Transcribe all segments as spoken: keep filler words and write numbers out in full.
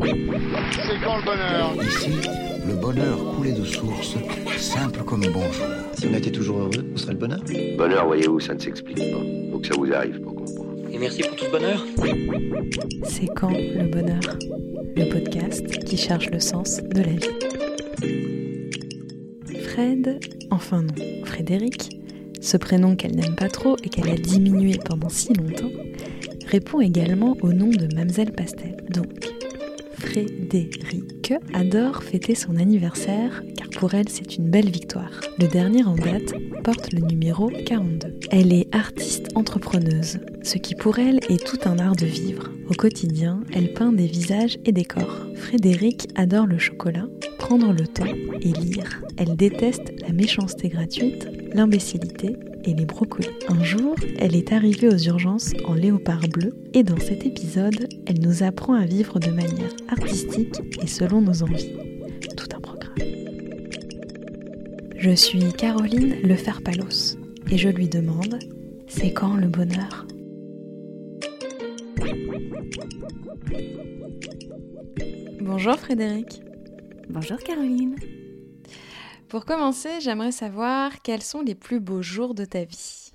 C'est quand le bonheur? Ici, le bonheur coulait de source, simple comme bonjour. Si on était toujours heureux, où serait le bonheur? Bonheur, voyez-vous, ça ne s'explique pas. Faut que ça vous arrive pour comprendre. Et merci pour tout ce bonheur. C'est quand le bonheur? Le podcast qui cherche le sens de la vie. Fred, enfin non, Frédéric, ce prénom qu'elle n'aime pas trop et qu'elle a diminué pendant si longtemps, répond également au nom de Mamselle Pastel. Donc, Frédéric adore fêter son anniversaire car pour elle c'est une belle victoire. Le dernier en date porte le numéro quarante-deux. Elle est artiste entrepreneuse, ce qui pour elle est tout un art de vivre. Au quotidien, elle peint des visages et des corps. Frédéric adore le chocolat, prendre le temps et lire. Elle déteste la méchanceté gratuite, l'imbécilité et les brocolis. Un jour, elle est arrivée aux urgences en léopard bleu et dans cet épisode, elle nous apprend à vivre de manière artistique et selon nos envies. Tout un programme. Je suis Caroline Lefer-Palos et je lui demande « C'est quand le bonheur ?» Bonjour Frédéric. Bonjour Caroline. Pour commencer, j'aimerais savoir quels sont les plus beaux jours de ta vie.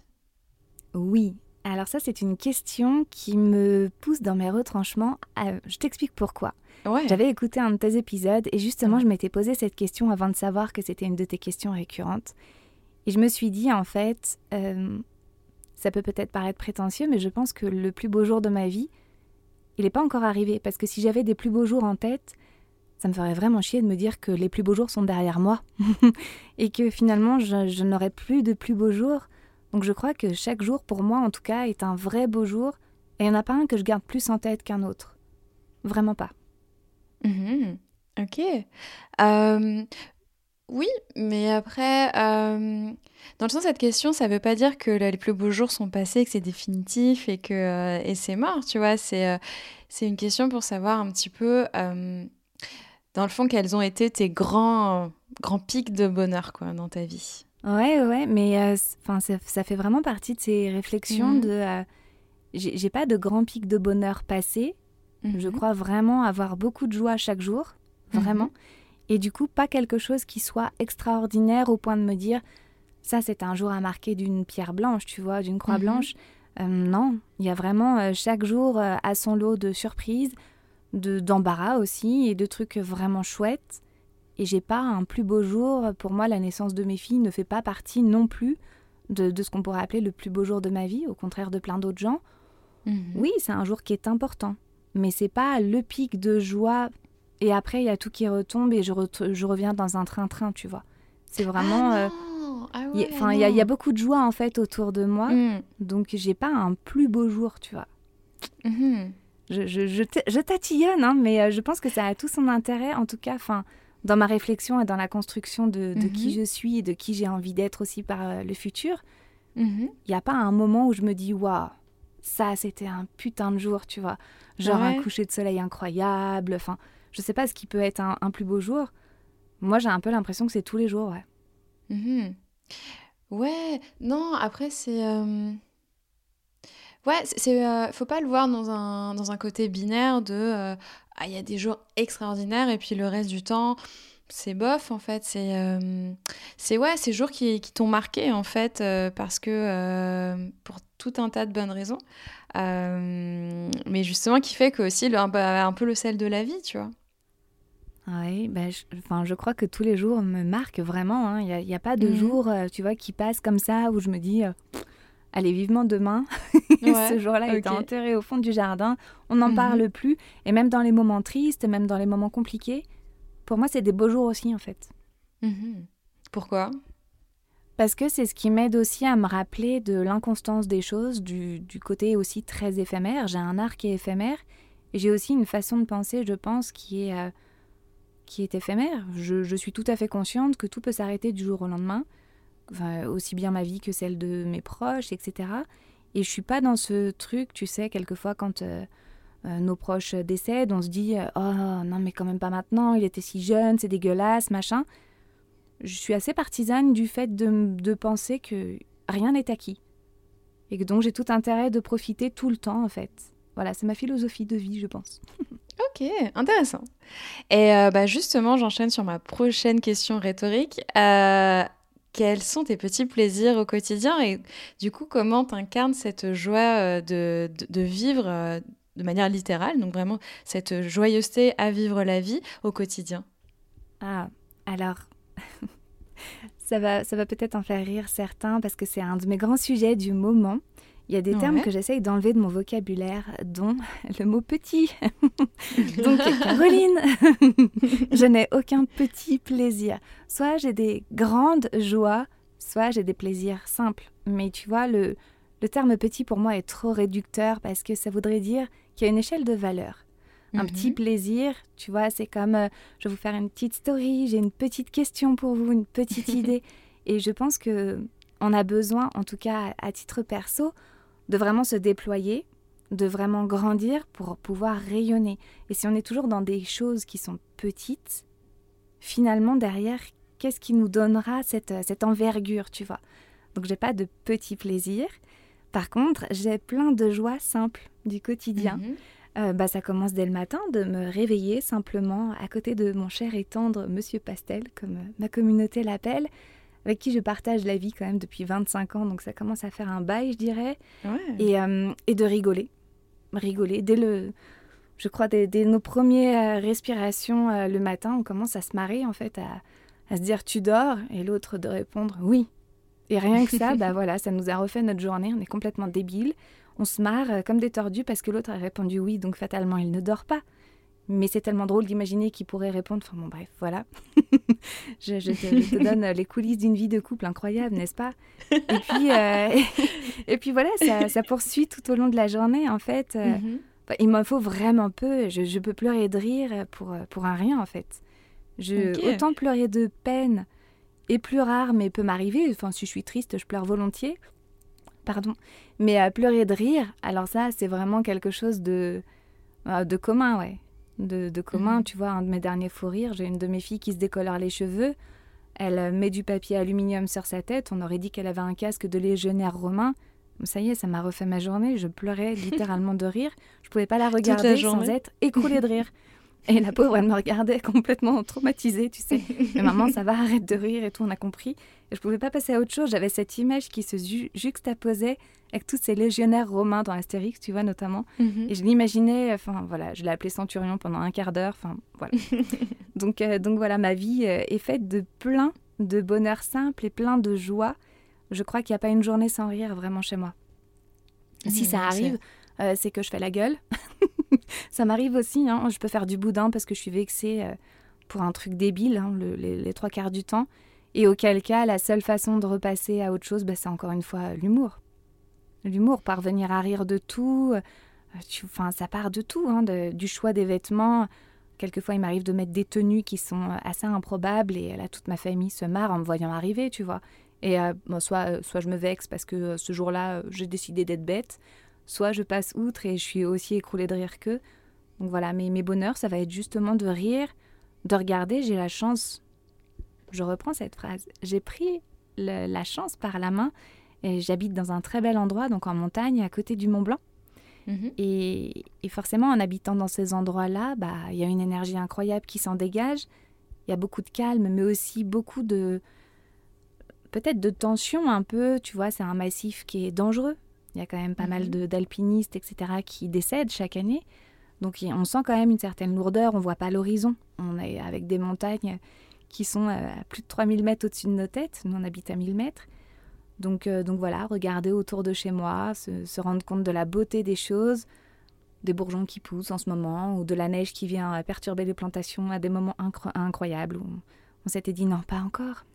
Oui, alors ça c'est une question qui me pousse dans mes retranchements. Euh, je t'explique pourquoi. Ouais. J'avais écouté un de tes épisodes et justement je m'étais posé cette question avant de savoir que c'était une de tes questions récurrentes. Et je me suis dit en fait, euh, ça peut peut-être paraître prétentieux, mais je pense que le plus beau jour de ma vie, il n'est pas encore arrivé. Parce que si j'avais des plus beaux jours en tête, ça me ferait vraiment chier de me dire que les plus beaux jours sont derrière moi et que finalement je, je n'aurai plus de plus beaux jours. Donc je crois que chaque jour pour moi en tout cas est un vrai beau jour et il n'y en a pas un que je garde plus en tête qu'un autre. Vraiment pas. Mmh, ok. Euh, oui, mais après, euh, dans le sens de cette question, ça veut pas dire que les plus beaux jours sont passés, que c'est définitif et que euh, et c'est mort, tu vois. C'est, euh, c'est une question pour savoir un petit peu... Euh, dans le fond, quels ont été tes grands, grands pics de bonheur quoi, dans ta vie? Ouais, ouais, mais euh, ça, ça fait vraiment partie de ces réflexions mmh. de... Euh, j'ai, j'ai pas de grands pics de bonheur passés. Mmh. Je crois vraiment avoir beaucoup de joie chaque jour, vraiment. Mmh. Et du coup, pas quelque chose qui soit extraordinaire au point de me dire « ça, c'est un jour à marquer d'une pierre blanche, tu vois, d'une croix mmh. blanche. Euh, » Non, il y a vraiment euh, chaque jour euh, à son lot de surprises, De, d'embarras aussi et de trucs vraiment chouettes. Et j'ai pas un plus beau jour. Pour moi, la naissance de mes filles ne fait pas partie non plus de, de ce qu'on pourrait appeler le plus beau jour de ma vie, au contraire de plein d'autres gens. Mmh. Oui, c'est un jour qui est important, mais c'est pas le pic de joie et après il y a tout qui retombe et je, re- je reviens dans un train-train, tu vois. C'est vraiment... Ah euh, ah ouais, Enfin, il y, y a beaucoup de joie en fait autour de moi, mmh. donc j'ai pas un plus beau jour, tu vois. Mmh. Je, je, je, je tatillonne, hein, mais je pense que ça a tout son intérêt, en tout cas, dans ma réflexion et dans la construction de, de mm-hmm. qui je suis et de qui j'ai envie d'être aussi par euh, le futur. Il mm-hmm. n'y a pas un moment où je me dis « Waouh, ça, c'était un putain de jour, tu vois. » Genre ouais. un coucher de soleil incroyable. Enfin, je sais pas ce qui peut être un, un plus beau jour. Moi, j'ai un peu l'impression que c'est tous les jours, ouais. Mm-hmm. Ouais, non, après, c'est... Euh... Ouais, c'est, c'est, euh, faut pas le voir dans un, dans un côté binaire de euh, ah, y a des jours extraordinaires et puis le reste du temps, c'est bof en fait. C'est, euh, c'est ouais, ces jours qui, qui t'ont marqué en fait euh, parce que euh, pour tout un tas de bonnes raisons. Euh, mais justement qui fait que aussi le, un, un peu le sel de la vie, tu vois. Oui, ben, je, je crois que tous les jours me marquent vraiment. Il hein. n'y a, a pas de mmh. jour euh, tu vois, qui passe comme ça où je me dis... Euh, Allez, vivement demain, ouais, ce jour-là okay. était enterré au fond du jardin, on n'en mmh. parle plus, et même dans les moments tristes, même dans les moments compliqués, pour moi, c'est des beaux jours aussi, en fait. Mmh. Pourquoi ? Parce que c'est ce qui m'aide aussi à me rappeler de l'inconstance des choses, du, du côté aussi très éphémère. J'ai un art qui est éphémère, et j'ai aussi une façon de penser, je pense, qui est, euh, qui est éphémère. Je, je suis tout à fait consciente que tout peut s'arrêter du jour au lendemain, enfin, aussi bien ma vie que celle de mes proches, et cetera. Et je suis pas dans ce truc, tu sais, quelquefois quand euh, euh, nos proches décèdent, on se dit euh, « Oh non, mais quand même pas maintenant, il était si jeune, c'est dégueulasse, machin ». Je suis assez partisane du fait de, de penser que rien n'est acquis. Et que donc j'ai tout intérêt de profiter tout le temps, en fait. Voilà, c'est ma philosophie de vie, je pense. Ok, intéressant. Et euh, bah, justement, j'enchaîne sur ma prochaine question rhétorique. Euh, quels sont tes petits plaisirs au quotidien et du coup, comment t'incarnes cette joie euh, de, de, de vivre euh, de manière littérale, donc vraiment cette joyeuseté à vivre la vie au quotidien? Ah, alors, ça va, ça va peut-être en faire rire certains parce que c'est un de mes grands sujets du moment. Il y a des termes Ouais. que j'essaye d'enlever de mon vocabulaire, dont le mot petit. Donc, Caroline, je n'ai aucun petit plaisir. Soit j'ai des grandes joies, soit j'ai des plaisirs simples. Mais tu vois, le, le terme petit pour moi est trop réducteur parce que ça voudrait dire qu'il y a une échelle de valeur. Un Mhm. petit plaisir, tu vois, c'est comme euh, je vais vous faire une petite story, j'ai une petite question pour vous, une petite idée. Et je pense que on a besoin, en tout cas à titre perso, de vraiment se déployer, de vraiment grandir pour pouvoir rayonner. Et si on est toujours dans des choses qui sont petites, finalement derrière, qu'est-ce qui nous donnera cette, cette envergure, tu vois? Donc j'ai pas de petits plaisirs. Par contre, j'ai plein de joies simples du quotidien. Mhm. Euh, bah, ça commence dès le matin, de me réveiller simplement à côté de mon cher et tendre Monsieur Pastel, comme euh, ma communauté l'appelle, avec qui je partage la vie quand même depuis vingt-cinq ans, donc ça commence à faire un bail, je dirais, Ouais. et, euh, et de rigoler. Rigoler. Dès le, je crois, dès, dès nos premières respirations euh, le matin, on commence à se marrer, en fait, à, à se dire « tu dors ?» et l'autre de répondre « oui ». Et rien que ça, bah voilà, ça nous a refait notre journée, on est complètement débiles. On se marre euh, comme des tordus parce que l'autre a répondu « oui », donc fatalement, il ne dort pas. Mais c'est tellement drôle d'imaginer qu'il pourrait répondre. Enfin bon, bref, voilà. je, je, te, je te donne les coulisses d'une vie de couple incroyable, n'est-ce pas? Et puis, euh, et, et puis voilà, ça, ça poursuit tout au long de la journée, en fait. Euh, Mhm. bah, il m'en faut vraiment peu. Je, je peux pleurer de rire pour, pour un rien, en fait. Je, Ok. Autant pleurer de peine est plus rare, mais peut m'arriver. Enfin, si je suis triste, je pleure volontiers. Pardon. Mais euh, pleurer de rire, alors ça, c'est vraiment quelque chose de, euh, de commun, ouais. De, de commun, Mhm. tu vois, un de mes derniers fous rires, j'ai une de mes filles qui se décolore les cheveux, elle euh, met du papier aluminium sur sa tête, on aurait dit qu'elle avait un casque de légionnaire romain. Ça y est, ça m'a refait ma journée, je pleurais littéralement de rire, je pouvais pas la regarder sans journée. être écroulée de rire. Et la pauvre, elle me regardait complètement traumatisée, tu sais. Mais maman, ça va, arrête de rire et tout, on a compris. Et je pouvais pas passer à autre chose, j'avais cette image qui se ju- juxtaposait avec tous ces légionnaires romains dans Astérix, tu vois, notamment. Mhm. Et je l'imaginais, enfin voilà, je l'ai appelé Centurion pendant un quart d'heure, enfin voilà. donc, euh, donc voilà, ma vie euh, est faite de plein de bonheur simple et plein de joie. Je crois qu'il n'y a pas une journée sans rire vraiment chez moi. Si Mhm, ça c'est- arrive, euh, c'est que je fais la gueule. Ça m'arrive aussi, hein, je peux faire du boudin parce que je suis vexée euh, pour un truc débile, hein, le- les, les trois quarts du temps. Et auquel cas, la seule façon de repasser à autre chose, bah, c'est encore une fois l'humour. L'humour, parvenir à rire de tout, euh, tu, enfin, ça part de tout, hein, de- du choix des vêtements. Quelquefois, il m'arrive de mettre des tenues qui sont assez improbables et là, toute ma famille se marre en me voyant arriver, tu vois. Et euh, bon, soit, euh, soit je me vexe parce que euh, ce jour-là, euh, j'ai décidé d'être bête, soit je passe outre et je suis aussi écroulée de rire qu'eux. Donc voilà, mes, mes bonheurs, ça va être justement de rire, de regarder. J'ai la chance, je reprends cette phrase, j'ai pris le- la chance par la main et j'habite dans un très bel endroit, donc en montagne, à côté du Mont Blanc. Mhm. Et, et forcément, en habitant dans ces endroits-là, bah, il y a une énergie incroyable qui s'en dégage. Il y a beaucoup de calme, mais aussi beaucoup de... peut-être de tension un peu. Tu vois, c'est un massif qui est dangereux. Il y a quand même pas Mhm. mal de- d'alpinistes, et cetera, qui décèdent chaque année. Donc, il- on sent quand même une certaine lourdeur. On ne voit pas l'horizon. On est avec des montagnes qui sont à plus de trois mille mètres au-dessus de nos têtes. Nous, on habite à mille mètres. Donc, euh, donc voilà, regarder autour de chez moi, se, se rendre compte de la beauté des choses, des bourgeons qui poussent en ce moment, ou de la neige qui vient euh, perturber les plantations à des moments incro- incroyables où on, on s'était dit non, pas encore.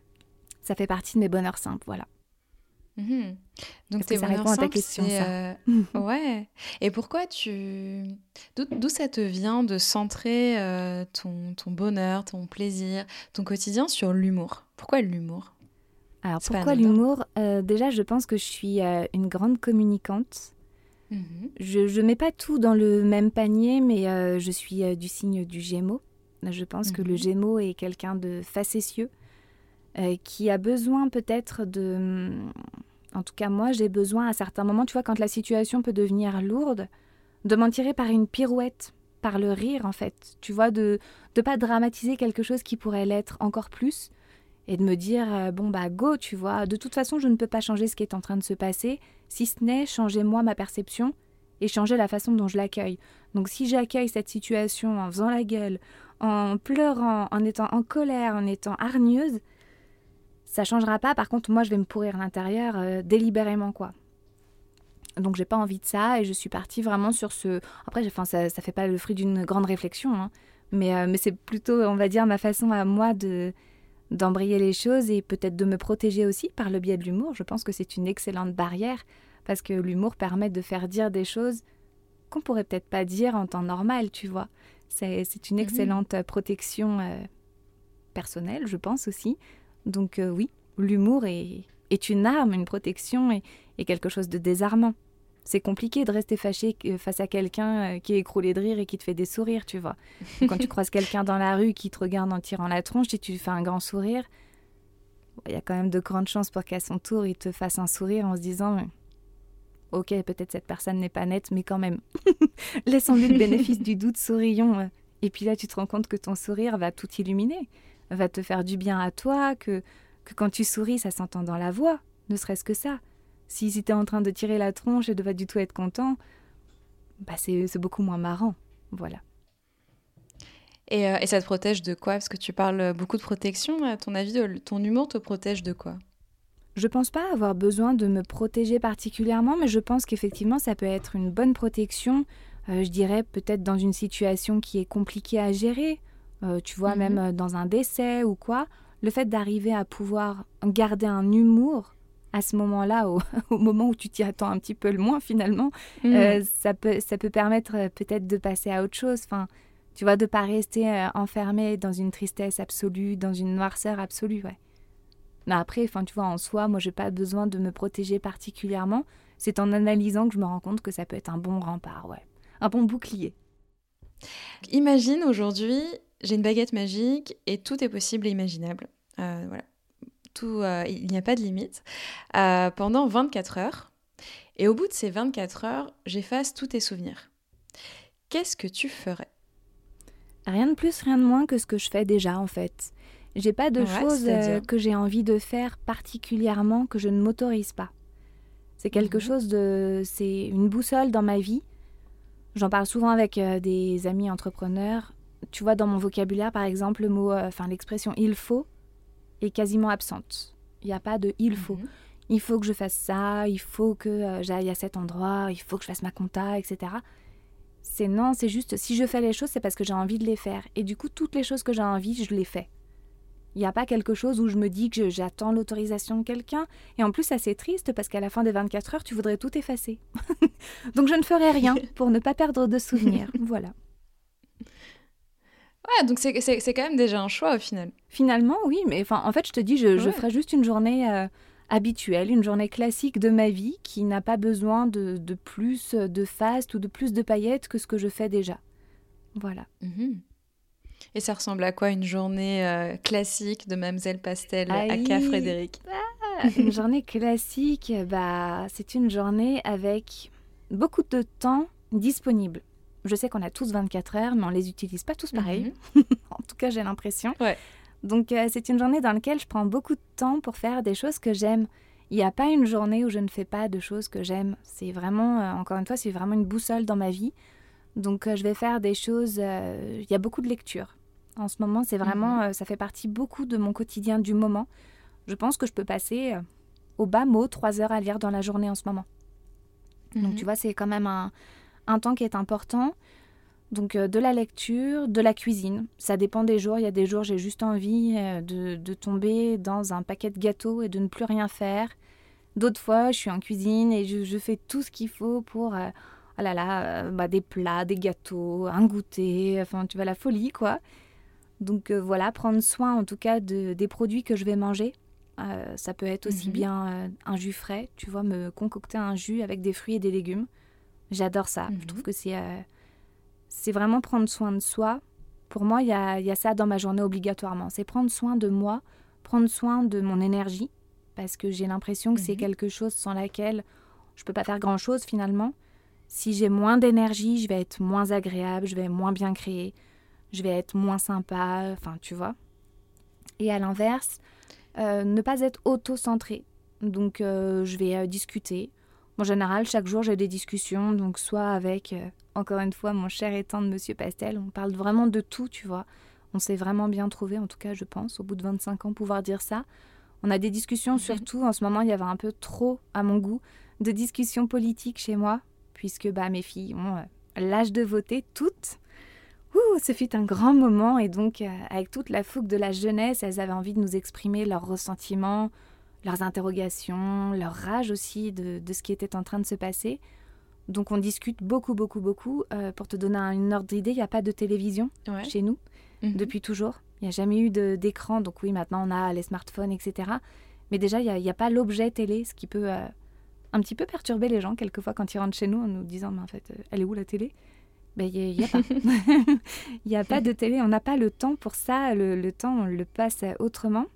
Ça fait partie de mes bonheurs simples, voilà. Mhm. Donc Est-ce tes que ça bonheurs répond à ta simples, question, c'est, ça euh, ouais. Et pourquoi tu... D'où, d'où ça te vient de centrer euh, ton, ton bonheur, ton plaisir, ton quotidien sur l'humour? Pourquoi l'humour? Alors C'est pas pourquoi anodin. l'humour Euh, Déjà, je pense que je suis euh, une grande communicante. Mhm. Je ne mets pas tout dans le même panier, mais euh, je suis euh, du signe du Gémeaux. Je pense que Mhm. le Gémeaux est quelqu'un de facétieux, euh, qui a besoin peut-être de... En tout cas, moi, j'ai besoin à certains moments, tu vois, quand la situation peut devenir lourde, de m'en tirer par une pirouette. par le rire, en fait. Tu vois, de ne pas dramatiser quelque chose qui pourrait l'être encore plus et de me dire, euh, bon, bah, go, tu vois. De toute façon, je ne peux pas changer ce qui est en train de se passer, si ce n'est changer, moi, ma perception et changer la façon dont je l'accueille. Donc, si j'accueille cette situation en faisant la gueule, en pleurant, en étant en colère, en étant hargneuse, ça changera pas. Par contre, moi, je vais me pourrir l'intérieur euh, délibérément, quoi. Donc, j'ai pas envie de ça et je suis partie vraiment sur ce... Après, enfin, ça, ça fait pas le fruit d'une grande réflexion, hein, mais, euh, mais c'est plutôt, on va dire, ma façon à moi de, d'embrayer les choses et peut-être de me protéger aussi par le biais de l'humour. Je pense que c'est une excellente barrière parce que l'humour permet de faire dire des choses qu'on pourrait peut-être pas dire en temps normal, tu vois. C'est, c'est une excellente mmh. protection euh, personnelle, je pense aussi. Donc euh, oui, l'humour est, est une arme, une protection et, et quelque chose de désarmant. C'est compliqué de rester fâché face à quelqu'un qui est écroulé de rire et qui te fait des sourires, tu vois. Quand tu croises quelqu'un dans la rue qui te regarde en tirant la tronche et tu lui fais un grand sourire, il y a quand même de grandes chances pour qu'à son tour, il te fasse un sourire en se disant « Ok, peut-être cette personne n'est pas nette, mais quand même, laissons-lui le bénéfice du doute, sourions. » Et puis là, tu te rends compte que ton sourire va tout illuminer, va te faire du bien à toi, que, que quand tu souris, ça s'entend dans la voix, ne serait-ce que ça. Si, si tu es en train de tirer la tronche et de pas du tout être content, bah c'est, c'est beaucoup moins marrant. Voilà. Et, euh, et ça te protège de quoi ? Parce que tu parles beaucoup de protection. À ton avis, ton humour te protège de quoi ? Je pense pas avoir besoin de me protéger particulièrement, mais je pense qu'effectivement, ça peut être une bonne protection. Euh, je dirais peut-être dans une situation qui est compliquée à gérer. Euh, tu vois, mm-hmm. même dans un décès ou quoi. Le fait d'arriver à pouvoir garder un humour à ce moment-là, au, au moment où tu t'y attends un petit peu le moins finalement, mmh. euh, ça, peut, ça peut permettre euh, peut-être de passer à autre chose. Enfin, tu vois, de ne pas rester euh, enfermé dans une tristesse absolue, dans une noirceur absolue. Ouais. Mais après, enfin, tu vois, en soi, moi, je n'ai pas besoin de me protéger particulièrement. C'est en analysant que je me rends compte que ça peut être un bon rempart, ouais. Un bon bouclier. Imagine aujourd'hui, j'ai une baguette magique et tout est possible et imaginable. Euh, voilà. Tout, euh, il n'y a pas de limite, euh, pendant vingt-quatre heures. Et au bout de ces vingt-quatre heures, j'efface tous tes souvenirs. Qu'est-ce que tu ferais ? Rien de plus, rien de moins que ce que je fais déjà, en fait. J'ai pas de ouais, choses euh, que j'ai envie de faire particulièrement que je ne m'autorise pas. C'est quelque mmh. chose de... C'est une boussole dans ma vie. J'en parle souvent avec euh, des amis entrepreneurs. Tu vois, dans mon vocabulaire, par exemple, le mot, enfin euh, l'expression « il faut », est quasiment absente. Il n'y a pas de « il faut mmh. ». Il faut que je fasse ça, il faut que euh, j'aille à cet endroit, il faut que je fasse ma compta, et cetera. C'est non, c'est juste, si je fais les choses, c'est parce que j'ai envie de les faire. Et du coup, toutes les choses que j'ai envie, je les fais. Il n'y a pas quelque chose où je me dis que je, j'attends l'autorisation de quelqu'un. Et en plus, ça c'est triste parce qu'à la fin des vingt-quatre heures, tu voudrais tout effacer. Donc je ne ferai rien pour ne pas perdre de souvenirs. Voilà. Ouais, donc c'est, c'est, c'est quand même déjà un choix au final. Finalement, oui, mais en fait, je te dis, je, ouais. je ferai juste une journée euh, habituelle, une journée classique de ma vie qui n'a pas besoin de, de plus de faste ou de plus de paillettes que ce que je fais déjà. Voilà. Mmh. Et ça ressemble à quoi une journée euh, classique de Mademoiselle Pastel Aïe. aka Frédéric ? Ah, une journée classique, bah, c'est une journée avec beaucoup de temps disponible. Je sais qu'on a tous vingt-quatre heures, mais on ne les utilise pas tous pareil. Mm-hmm. En tout cas, j'ai l'impression. Ouais. Donc, euh, c'est une journée dans laquelle je prends beaucoup de temps pour faire des choses que j'aime. Il n'y a pas une journée où je ne fais pas de choses que j'aime. C'est vraiment, euh, encore une fois, c'est vraiment une boussole dans ma vie. Donc, euh, je vais faire des choses... Euh, il y a beaucoup de lectures. En ce moment, c'est vraiment... Mm-hmm. Euh, ça fait partie beaucoup de mon quotidien du moment. Je pense que je peux passer, euh, au bas mot, trois heures à lire dans la journée en ce moment. Mm-hmm. Donc, tu vois, c'est quand même un... un temps qui est important, donc euh, de la lecture, de la cuisine. Ça dépend des jours. Il y a des jours, j'ai juste envie euh, de, de tomber dans un paquet de gâteaux et de ne plus rien faire. D'autres fois, je suis en cuisine et je, je fais tout ce qu'il faut pour euh, oh là là, euh, bah, des plats, des gâteaux, un goûter, enfin, tu vois, la folie, quoi. Donc euh, voilà, prendre soin en tout cas de, des produits que je vais manger. Euh, ça peut être aussi mmh. bien euh, un jus frais, tu vois, me concocter un jus avec des fruits et des légumes. J'adore ça. Mmh. Je trouve que c'est, euh, c'est vraiment prendre soin de soi. Pour moi, il y a, y a ça dans ma journée obligatoirement. C'est prendre soin de moi, prendre soin de mon énergie, parce que j'ai l'impression que mmh. c'est quelque chose sans laquelle je ne peux pas faire grand-chose finalement. Si j'ai moins d'énergie, je vais être moins agréable, je vais moins bien créer, je vais être moins sympa, enfin, tu vois. Et à l'inverse, euh, ne pas être auto-centré. Donc, euh, je vais euh, discuter. En général, chaque jour, j'ai des discussions, donc soit avec, euh, encore une fois, mon cher et tendre Monsieur Pastel, on parle vraiment de tout, tu vois. On s'est vraiment bien trouvé, en tout cas, je pense, au bout de vingt-cinq ans, pouvoir dire ça. On a des discussions, mmh. surtout, en ce moment, il y avait un peu trop, à mon goût, de discussions politiques chez moi, puisque bah, mes filles ont euh, l'âge de voter, toutes. Ouh, ce fut un grand moment, et donc, euh, avec toute la fougue de la jeunesse, elles avaient envie de nous exprimer leurs ressentiments, leurs interrogations, leur rage aussi de, de ce qui était en train de se passer. Donc on discute beaucoup, beaucoup, beaucoup. Euh, pour te donner une ordre d'idée, il n'y a pas de télévision ouais. chez nous, mmh. depuis toujours. Il n'y a jamais eu de, d'écran, donc oui, maintenant on a les smartphones, et cetera. Mais déjà, il n'y a, a pas l'objet télé, ce qui peut euh, un petit peu perturber les gens, quelquefois, quand ils rentrent chez nous, en nous disant, mais en fait, euh, elle est où la télé ? Ben, il n'y a, a pas. Il n'y a pas de télé, on n'a pas le temps pour ça. Le, le temps, on le passe autrement.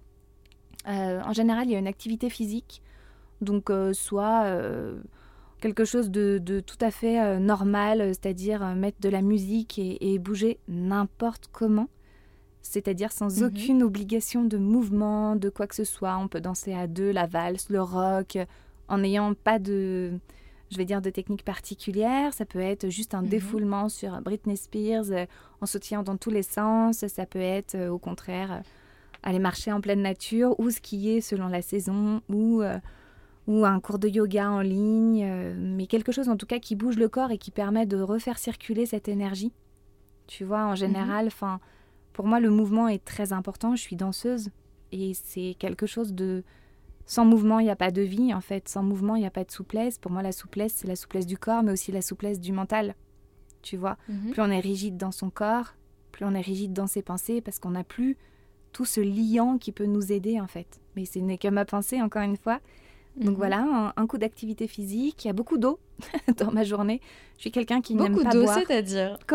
Euh, en général, il y a une activité physique, donc euh, soit euh, quelque chose de, de tout à fait euh, normal, c'est-à-dire euh, mettre de la musique et, et bouger n'importe comment, c'est-à-dire sans mm-hmm. aucune obligation de mouvement, de quoi que ce soit. On peut danser à deux, la valse, le rock, en n'ayant pas de, je vais dire, de technique particulière. Ça peut être juste un mm-hmm. défoulement sur Britney Spears, euh, en sautillant dans tous les sens. Ça peut être, euh, au contraire... Euh, aller marcher en pleine nature ou skier selon la saison ou, euh, ou un cours de yoga en ligne, euh, mais quelque chose en tout cas qui bouge le corps et qui permet de refaire circuler cette énergie. Tu vois, en général, mm-hmm. pour moi, le mouvement est très important. Je suis danseuse et c'est quelque chose de... Sans mouvement, il n'y a pas de vie, en fait. Sans mouvement, il n'y a pas de souplesse. Pour moi, la souplesse, c'est la souplesse du corps, mais aussi la souplesse du mental. Tu vois, mm-hmm. plus on est rigide dans son corps, plus on est rigide dans ses pensées parce qu'on n'a plus... tout ce liant qui peut nous aider, en fait. Mais ce n'est que ma pensée, encore une fois. Donc mm-hmm. voilà, un, un coup d'activité physique. Il y a beaucoup d'eau dans ma journée. Je suis quelqu'un qui beaucoup n'aime pas d'eau, boire. C'est-à-dire Comment ?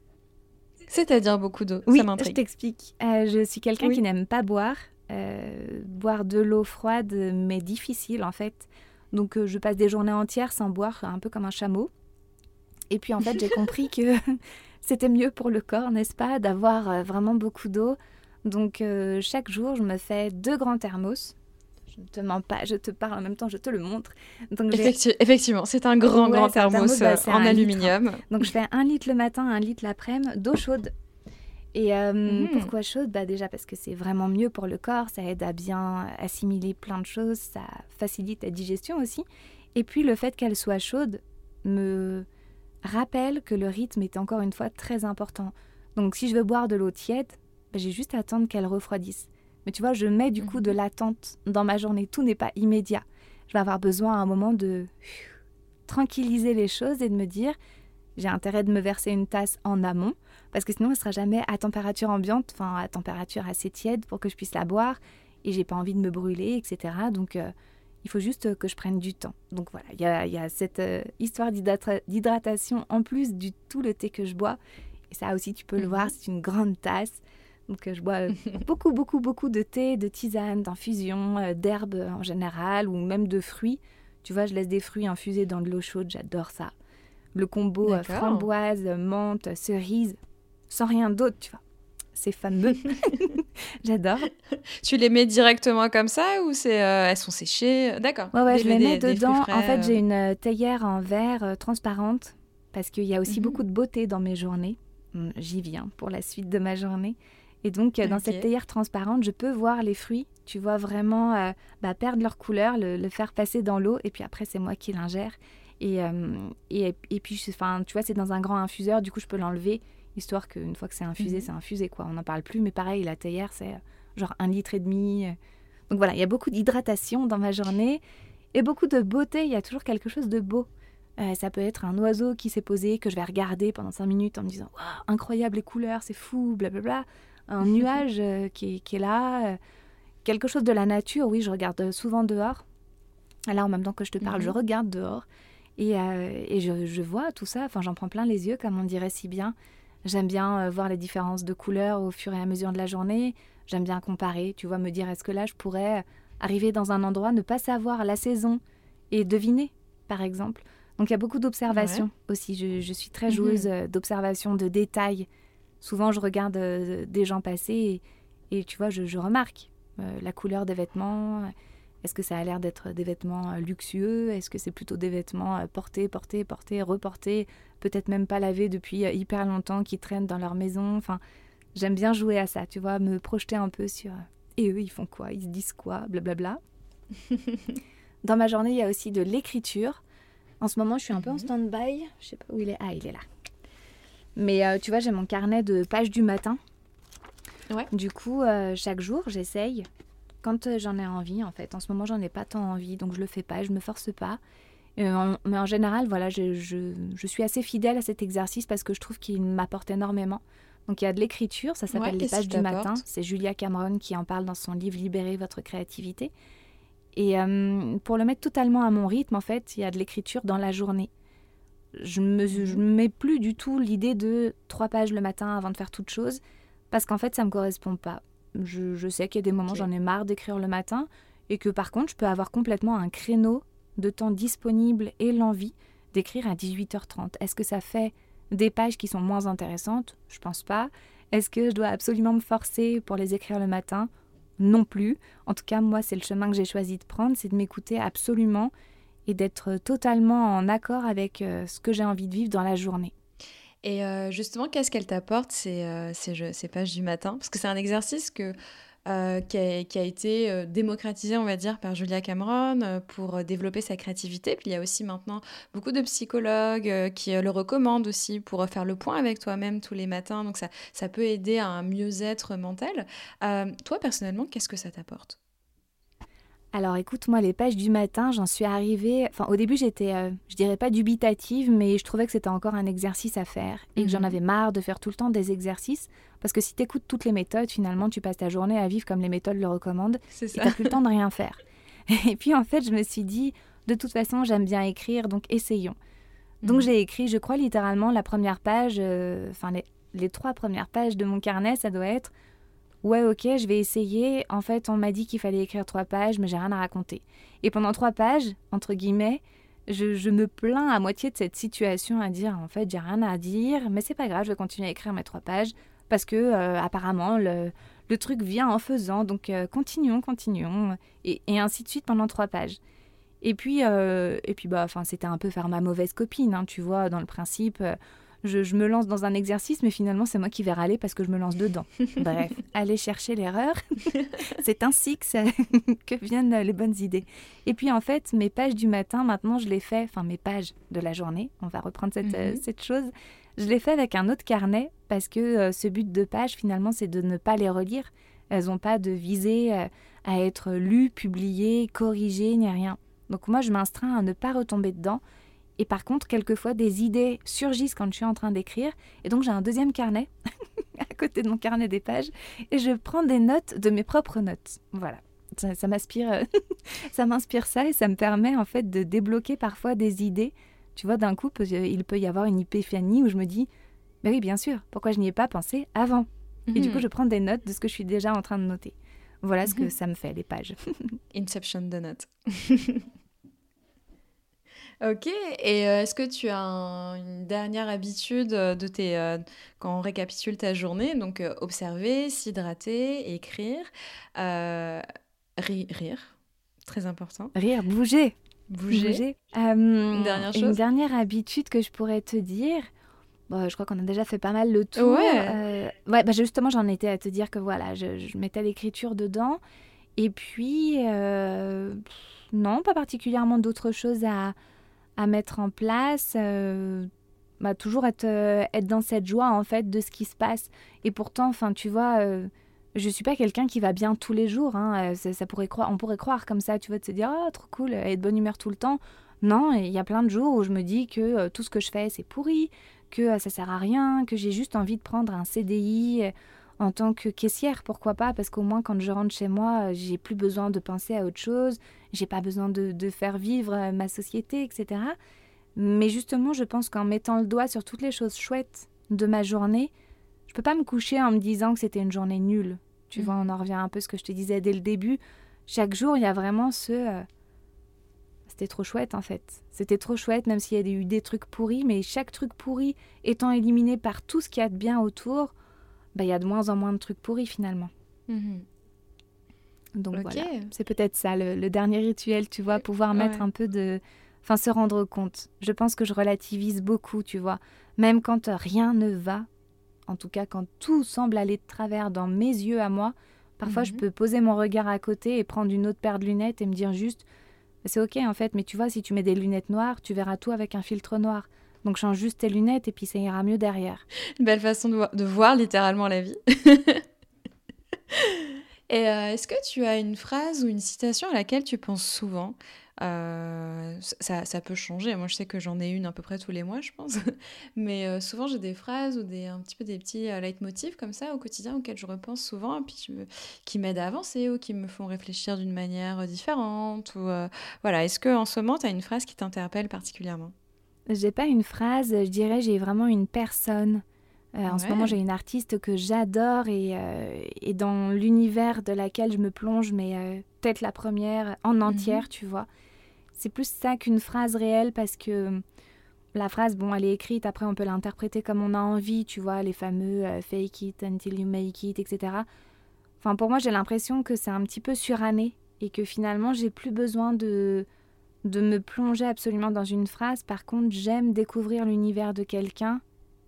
C'est-à-dire beaucoup d'eau, oui, ça m'intrigue. Je t'explique. Euh, je suis quelqu'un oui. qui n'aime pas boire. Euh, boire de l'eau froide m'est difficile, en fait. Donc euh, je passe des journées entières sans boire, un peu comme un chameau. Et puis, en fait, j'ai compris que c'était mieux pour le corps, n'est-ce pas, d'avoir euh, vraiment beaucoup d'eau. Donc, euh, chaque jour, je me fais deux grands thermos. Je ne te mens pas, je te parle en même temps, je te le montre. Donc, Effectu- effectivement, c'est un grand, ouais, grand thermos, thermos bah, en aluminium. Litre. Donc, je fais un litre le matin, un litre l'après-midi d'eau chaude. Et euh, mmh. pourquoi chaude ? Bah, déjà parce que c'est vraiment mieux pour le corps, ça aide à bien assimiler plein de choses, ça facilite la digestion aussi. Et puis, le fait qu'elle soit chaude me rappelle que le rythme est encore une fois très important. Donc, si je veux boire de l'eau tiède, j'ai juste à attendre qu'elle refroidisse. Mais tu vois, je mets du coup de l'attente dans ma journée. Tout n'est pas immédiat. Je vais avoir besoin à un moment de tranquilliser les choses et de me dire, j'ai intérêt de me verser une tasse en amont, parce que sinon, elle ne sera jamais à température ambiante, enfin à température assez tiède pour que je puisse la boire, et j'ai pas envie de me brûler, et cetera. Donc, euh, il faut juste que je prenne du temps. Donc voilà, il y a, y a cette euh, histoire d'hydrata- d'hydratation en plus du tout le thé que je bois. Et ça aussi, tu peux le voir, c'est une grande tasse. Donc, euh, je bois euh, beaucoup, beaucoup, beaucoup de thé, de tisane, d'infusion, euh, d'herbes en général, ou même de fruits. Tu vois, je laisse des fruits infusés dans de l'eau chaude, j'adore ça. Le combo euh, framboise, menthe, cerise, sans rien d'autre, tu vois. C'est fameux. J'adore. Tu les mets directement comme ça ou c'est, euh, elles sont séchées ? D'accord. Ouais, ouais, des, je les des, mets des dedans. frais, En fait, euh... j'ai une euh, théière en verre euh, transparente parce qu'il y a aussi mm-hmm. beaucoup de beauté dans mes journées. Hum, j'y viens pour la suite de ma journée. Et donc, euh, dans okay. cette théière transparente, je peux voir les fruits. Tu vois vraiment euh, bah, perdre leur couleur, le, le faire passer dans l'eau. Et puis après, c'est moi qui l'ingère. Et, euh, et, et puis, tu vois, c'est dans un grand infuseur. Du coup, je peux l'enlever, histoire qu'une fois que c'est infusé, mmh. c'est infusé, quoi. On n'en parle plus. Mais pareil, la théière, c'est genre un litre et demi. Donc voilà, il y a beaucoup d'hydratation dans ma journée. Et beaucoup de beauté. Il y a toujours quelque chose de beau. Euh, ça peut être un oiseau qui s'est posé, que je vais regarder pendant cinq minutes en me disant « Waouh, incroyable les couleurs, c'est fou, blablabla ». Un nuage euh, qui, est, qui est là. Euh, quelque chose de la nature, oui, je regarde souvent dehors. Là, en même temps que je te parle, mmh. je regarde dehors. Et, euh, et je, je vois tout ça, enfin, j'en prends plein les yeux, comme on dirait si bien. J'aime bien euh, voir les différences de couleurs au fur et à mesure de la journée. J'aime bien comparer, tu vois, me dire est-ce que là, je pourrais arriver dans un endroit, ne pas savoir la saison et deviner, par exemple. Donc il y a beaucoup d'observation Ouais. aussi. Je, je suis très joueuse Mhm. d'observation, de détails. Souvent, je regarde euh, des gens passer et, et tu vois, je, je remarque euh, la couleur des vêtements. Est-ce que ça a l'air d'être des vêtements euh, luxueux? Est-ce que c'est plutôt des vêtements euh, portés, portés, portés, reportés, peut-être même pas lavés depuis euh, hyper longtemps, qui traînent dans leur maison? Enfin, j'aime bien jouer à ça, tu vois, me projeter un peu sur... Et eux, ils font quoi? Ils se disent quoi? Blablabla. Dans ma journée, il y a aussi de l'écriture. En ce moment, je suis un peu en stand-by. Je sais pas où il est. Ah, il est là. Mais euh, tu vois, j'ai mon carnet de pages du matin. Ouais. Du coup, euh, chaque jour, j'essaye. Quand euh, j'en ai envie, en fait. En ce moment, j'en ai pas tant envie, donc je le fais pas, je me force pas. Euh, en- mais en général, voilà, je, je, je suis assez fidèle à cet exercice parce que je trouve qu'il m'apporte énormément. Donc il y a de l'écriture, ça s'appelle Ouais, Les qu'est-ce pages qu'il du matin. t'apporte? C'est Julia Cameron qui en parle dans son livre Libérez votre créativité. Et euh, pour le mettre totalement à mon rythme, en fait, il y a de l'écriture dans la journée. Je ne me, je me mets plus du tout l'idée de trois pages le matin avant de faire toute chose, parce qu'en fait, ça ne me correspond pas. Je, je sais qu'il y a des moments, Ok. j'en ai marre d'écrire le matin, et que par contre, je peux avoir complètement un créneau de temps disponible et l'envie d'écrire à dix-huit heures trente. Est-ce que ça fait des pages qui sont moins intéressantes? Je pense pas. Est-ce que je dois absolument me forcer pour les écrire le matin? Non plus. En tout cas, moi, c'est le chemin que j'ai choisi de prendre, c'est de m'écouter absolument et d'être totalement en accord avec euh, ce que j'ai envie de vivre dans la journée. Et euh, justement, qu'est-ce qu'elle t'apporte, ces, euh, ces, jeux- ces pages du matin? Parce que c'est un exercice que, euh, qui, a, qui a été euh, démocratisé, on va dire, par Julia Cameron euh, pour euh, développer sa créativité. Puis il y a aussi maintenant beaucoup de psychologues euh, qui euh, le recommandent aussi pour euh, faire le point avec toi-même tous les matins. Donc ça, ça peut aider à un mieux-être mental. Euh, toi, personnellement, qu'est-ce que ça t'apporte? Alors écoute, moi les pages du matin, j'en suis arrivée... Enfin au début j'étais, euh, je dirais pas dubitative, mais je trouvais que c'était encore un exercice à faire et que j'en Mhm. avais marre de faire tout le temps des exercices parce que si tu écoutes toutes les méthodes, finalement tu passes ta journée à vivre comme les méthodes le recommandent C'est et ça. t'as plus le temps de rien faire. Et puis en fait je me suis dit, de toute façon j'aime bien écrire, donc essayons. Donc Mhm. j'ai écrit, je crois littéralement la première page, euh, enfin les, les trois premières pages de mon carnet, ça doit être... Ouais, ok, je vais essayer. En fait, on m'a dit qu'il fallait écrire trois pages, mais j'ai rien à raconter. Et pendant trois pages, entre guillemets, je, je me plains à moitié de cette situation à dire, en fait, j'ai rien à dire, mais c'est pas grave, je vais continuer à écrire mes trois pages parce que euh, apparemment le, le truc vient en faisant, donc euh, continuons, continuons, et, et ainsi de suite pendant trois pages. Et puis, euh, et puis bah, enfin, c'était un peu faire ma mauvaise copine, hein, tu vois, dans le principe. euh, Je, je me lance dans un exercice, mais finalement, c'est moi qui vais râler parce que je me lance dedans. Bref, allez chercher l'erreur. C'est ainsi que, ça, que viennent les bonnes idées. Et puis, en fait, mes pages du matin, maintenant, je les fais, enfin, mes pages de la journée, on va reprendre cette, Mhm. euh, cette chose, je les fais avec un autre carnet parce que euh, ce but de page, finalement, c'est de ne pas les relire. Elles n'ont pas de visée euh, à être lues, publiées, corrigées, ni rien. Donc, moi, je m'instreins à ne pas retomber dedans. Et par contre, quelquefois, des idées surgissent quand je suis en train d'écrire. Et donc, j'ai un deuxième carnet à côté de mon carnet des pages. Et je prends des notes de mes propres notes. Voilà. Ça, ça m'inspire, euh, ça m'inspire ça et ça me permet en fait de débloquer parfois des idées. Tu vois, d'un coup, peut- il peut y avoir une épiphanie où je me dis, mais oui, bien sûr, pourquoi je n'y ai pas pensé avant? Et du coup, Mhm. je prends des notes de ce que je suis déjà en train de noter. Voilà ce que Mhm. ça me fait, les pages. Inception de notes. Ok, et euh, est-ce que tu as un- une dernière habitude euh, de tes, euh, quand on récapitule ta journée, donc euh, observer, s'hydrater, écrire, euh, ri- rire, très important, Rire, bouger. bouger, Bouger. Euh, une dernière une chose. dernière habitude que je pourrais te dire. Bon, je crois qu'on a déjà fait pas mal le tour. Ouais. Euh, ouais, bah justement, j'en étais à te dire que voilà, je, je mettais l'écriture dedans. Et puis, euh, pff, non, pas particulièrement d'autres choses à, à mettre en place. Euh, bah, toujours être, euh, être dans cette joie, en fait, de ce qui se passe. Et pourtant, enfin, tu vois, euh, je suis pas quelqu'un qui va bien tous les jours. Hein. Euh, Ça, ça pourrait croire, on pourrait croire comme ça, tu vois, de se dire, oh, trop cool, être de bonne humeur tout le temps. Non, il y a plein de jours où je me dis que euh, tout ce que je fais, c'est pourri, que euh, ça sert à rien, que j'ai juste envie de prendre un C D I euh, en tant que caissière, pourquoi pas, parce qu'au moins quand je rentre chez moi, euh, j'ai plus besoin de penser à autre chose, j'ai pas besoin de, de faire vivre euh, ma société, et cetera. Mais justement, je pense qu'en mettant le doigt sur toutes les choses chouettes de ma journée, je peux pas me coucher en me disant que c'était une journée nulle. Tu Mhm. vois, on en revient un peu à ce que je te disais dès le début. Chaque jour, il y a vraiment ce... euh, c'était trop chouette en fait. C'était trop chouette, même s'il y a eu des trucs pourris, mais chaque truc pourri étant éliminé par tout ce qu'il y a de bien autour, bah, il y a de moins en moins de trucs pourris finalement. Mmh. Donc okay. Voilà, c'est peut-être ça le, le dernier rituel, tu vois, pouvoir ouais. mettre un peu de... Enfin, se rendre compte. Je pense que je relativise beaucoup, tu vois. Même quand rien ne va, en tout cas quand tout semble aller de travers dans mes yeux à moi, parfois mmh. je peux poser mon regard à côté et prendre une autre paire de lunettes et me dire juste, c'est ok en fait, mais tu vois, si tu mets des lunettes noires, tu verras tout avec un filtre noir. Donc change juste tes lunettes et puis ça ira mieux derrière. Une belle façon de, vo- de voir littéralement la vie. Et euh, est-ce que tu as une phrase ou une citation à laquelle tu penses souvent ? Euh, ça, ça peut changer. Moi, je sais que j'en ai une à peu près tous les mois, je pense. Mais euh, souvent, j'ai des phrases ou des, un petit peu des petits euh, leitmotifs comme ça au quotidien auxquels je repense souvent et puis je me, qui m'aident à avancer ou qui me font réfléchir d'une manière différente. Ou, euh, voilà. Est-ce qu'en ce moment, tu as une phrase qui t'interpelle particulièrement ? J'ai pas une phrase, je dirais j'ai vraiment une personne. Euh, en ouais. ce moment, j'ai une artiste que j'adore et, euh, et dans l'univers de laquelle je me plonge, mais euh, peut-être la première en entière, mm-hmm. tu vois. C'est plus ça qu'une phrase réelle parce que la phrase, bon, elle est écrite, après on peut l'interpréter comme on a envie, tu vois, les fameux euh, « fake it until you make it », et cetera. Enfin, pour moi, j'ai l'impression que c'est un petit peu suranné et que finalement, j'ai plus besoin de, de me plonger absolument dans une phrase. Par contre, j'aime découvrir l'univers de quelqu'un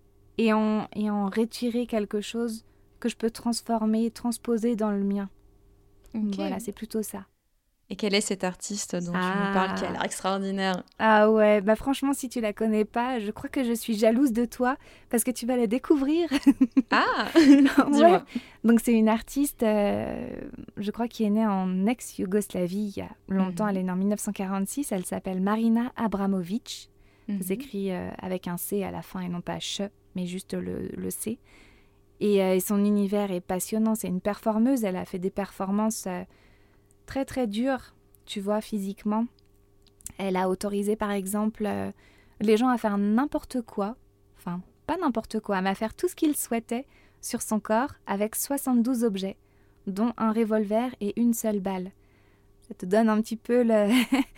et en, et en retirer quelque chose que je peux transformer, transposer dans le mien. Okay. Voilà, c'est plutôt ça. Et quel est cet artiste dont ah. tu nous parles qui a l'air extraordinaire ? Ah ouais, bah franchement, si tu la connais pas, je crois que je suis jalouse de toi parce que tu vas la découvrir. Ah ouais. Donc c'est une artiste, euh, je crois, qui est née en ex-Yougoslavie il y a longtemps. Mm-hmm. Elle est née en dix-neuf cent quarante-six. Elle s'appelle Marina Abramovic. Mm-hmm. Ça s'écrit euh, avec un C à la fin et non pas ch, mais juste le, le C. Et, euh, et son univers est passionnant. C'est une performeuse. Elle a fait des performances... Euh, très très dur, tu vois, physiquement. Elle a autorisé, par exemple, euh, les gens à faire n'importe quoi, enfin, pas n'importe quoi, mais à faire tout ce qu'ils souhaitaient sur son corps avec soixante-douze objets, dont un revolver et une seule balle. Ça te donne un petit peu le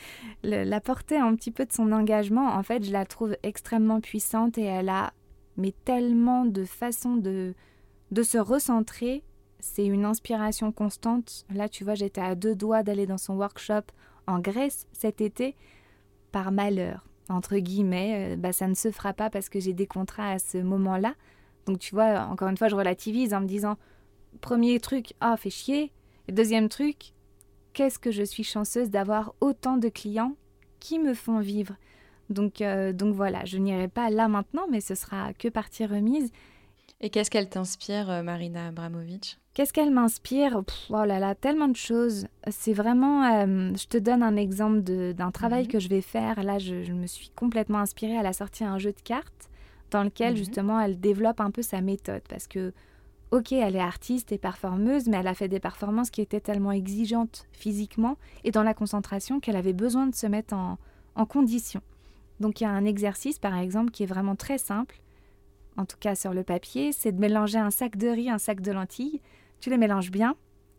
le, la portée un petit peu de son engagement. En fait, je la trouve extrêmement puissante et elle a mais tellement de façons de, de se recentrer. C'est une inspiration constante. Là, tu vois, j'étais à deux doigts d'aller dans son workshop en Grèce cet été. Par malheur, entre guillemets, euh, bah, ça ne se fera pas parce que j'ai des contrats à ce moment-là. Donc, tu vois, encore une fois, je relativise en me disant, premier truc, ah, fait chier. Et deuxième truc, qu'est-ce que je suis chanceuse d'avoir autant de clients qui me font vivre. Donc, euh, donc voilà, je n'irai pas là maintenant, mais ce sera que partie remise. Et qu'est-ce qu'elle t'inspire, Marina Abramovic ? Qu'est-ce qu'elle m'inspire ? Pff, oh là là, tellement de choses. C'est vraiment... Euh, je te donne un exemple de, d'un travail mm-hmm. que je vais faire. Là, je, je me suis complètement inspirée. Elle a sorti un jeu de cartes dans lequel, mm-hmm. justement, elle développe un peu sa méthode. Parce que, ok, elle est artiste et performeuse, mais elle a fait des performances qui étaient tellement exigeantes physiquement et dans la concentration qu'elle avait besoin de se mettre en, en condition. Donc, il y a un exercice, par exemple, qui est vraiment très simple. En tout cas sur le papier, c'est de mélanger un sac de riz, un sac de lentilles. Tu les mélanges bien.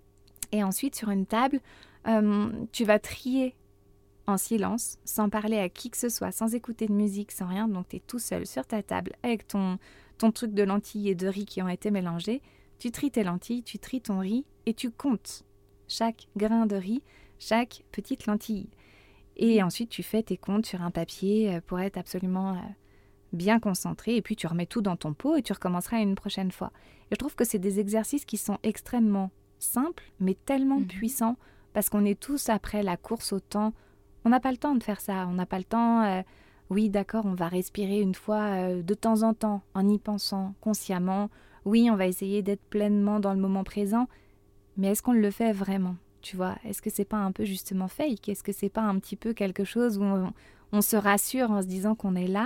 Et ensuite, sur une table, euh, tu vas trier en silence, sans parler à qui que ce soit, sans écouter de musique, sans rien. Donc, tu es tout seul sur ta table avec ton, ton truc de lentilles et de riz qui ont été mélangés. Tu tries tes lentilles, tu tries ton riz et tu comptes chaque grain de riz, chaque petite lentille. Et ensuite, tu fais tes comptes sur un papier pour être absolument... Euh, bien concentré, et puis tu remets tout dans ton pot et tu recommenceras une prochaine fois. Et je trouve que c'est des exercices qui sont extrêmement simples, mais tellement mmh. puissants, parce qu'on est tous après la course au temps. On n'a pas le temps de faire ça, on n'a pas le temps... Euh, oui, d'accord, on va respirer une fois euh, de temps en temps, en y pensant, consciemment. Oui, on va essayer d'être pleinement dans le moment présent, mais est-ce qu'on le fait vraiment ? Tu vois, est-ce que c'est pas un peu justement fake ? Est-ce que c'est pas un petit peu quelque chose où on, on se rassure en se disant qu'on est là ?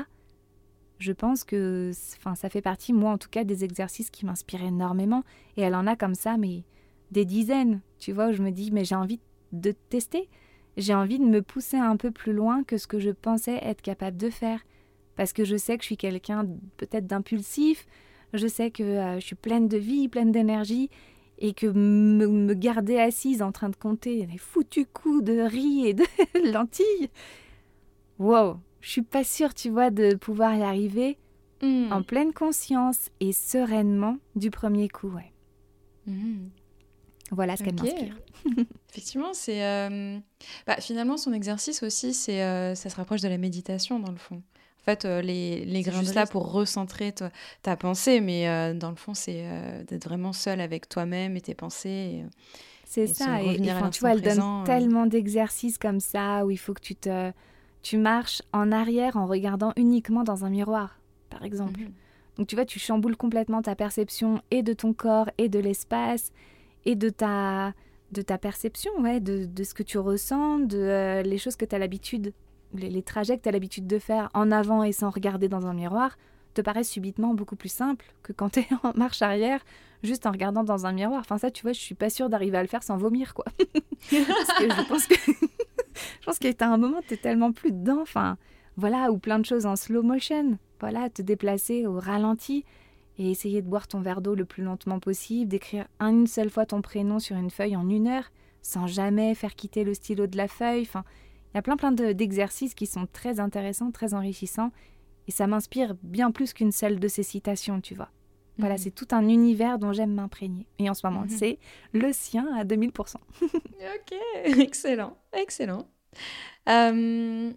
Je pense que enfin, ça fait partie, moi en tout cas, des exercices qui m'inspirent énormément. Et elle en a comme ça, mais des dizaines, tu vois, où je me dis, mais j'ai envie de tester. J'ai envie de me pousser un peu plus loin que ce que je pensais être capable de faire. Parce que je sais que je suis quelqu'un peut-être d'impulsif, je sais que euh, je suis pleine de vie, pleine d'énergie. et que me, me garder assise en train de compter les foutus coups de riz et de lentilles, wow, je suis pas sûre, tu vois, de pouvoir y arriver mmh. en pleine conscience et sereinement du premier coup, ouais. Mmh. Voilà ce qu'elle okay. m'inspire. Effectivement, c'est euh... bah, finalement son exercice aussi, c'est euh, ça se rapproche de la méditation dans le fond. En fait, euh, les, les grains de là pour recentrer ta, ta pensée, mais euh, dans le fond, c'est euh, d'être vraiment seule avec toi-même et tes pensées. Et, c'est et ça. Et, et enfin, tu vois, elle présent, donne euh... tellement d'exercices comme ça où il faut que tu te, tu marches en arrière en regardant uniquement dans un miroir, par exemple. Mm-hmm. Donc tu vois, tu chamboules complètement ta perception et de ton corps et de l'espace et de ta, de ta perception, ouais, de, de ce que tu ressens, de euh, les choses que tu as l'habitude. Les, les trajets que tu as l'habitude de faire en avant et sans regarder dans un miroir te paraissent subitement beaucoup plus simples que quand tu es en marche arrière, juste en regardant dans un miroir. Enfin ça, tu vois, je suis pas sûre d'arriver à le faire sans vomir, quoi. Parce que je pense que je pense que t'as un moment, t'es tellement plus dedans, enfin, voilà, ou plein de choses en slow motion, voilà, te déplacer au ralenti et essayer de boire ton verre d'eau le plus lentement possible, d'écrire une seule fois ton prénom sur une feuille en une heure, sans jamais faire quitter le stylo de la feuille, enfin... Il y a plein plein de, d'exercices qui sont très intéressants, très enrichissants, et ça m'inspire bien plus qu'une seule de ces citations, tu vois. Voilà, mmh. c'est tout un univers dont j'aime m'imprégner. Et en ce moment, mmh. c'est le sien à deux mille pour cent. Ok, excellent, excellent. Euh,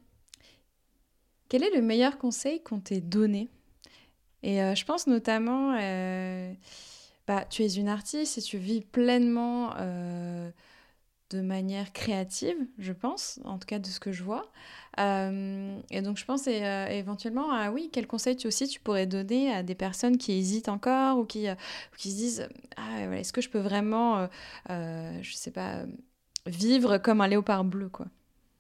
quel est le meilleur conseil qu'on t'ait donné ? Et euh, je pense notamment, euh, bah, tu es une artiste et tu vis pleinement... Euh, de manière créative, je pense, en tout cas de ce que je vois. Euh, et donc, je pense et, euh, éventuellement, à oui, quel conseil tu aussi tu pourrais donner à des personnes qui hésitent encore ou qui, euh, qui se disent ah, voilà, est-ce que je peux vraiment, euh, euh, je sais pas, vivre comme un léopard bleu, quoi.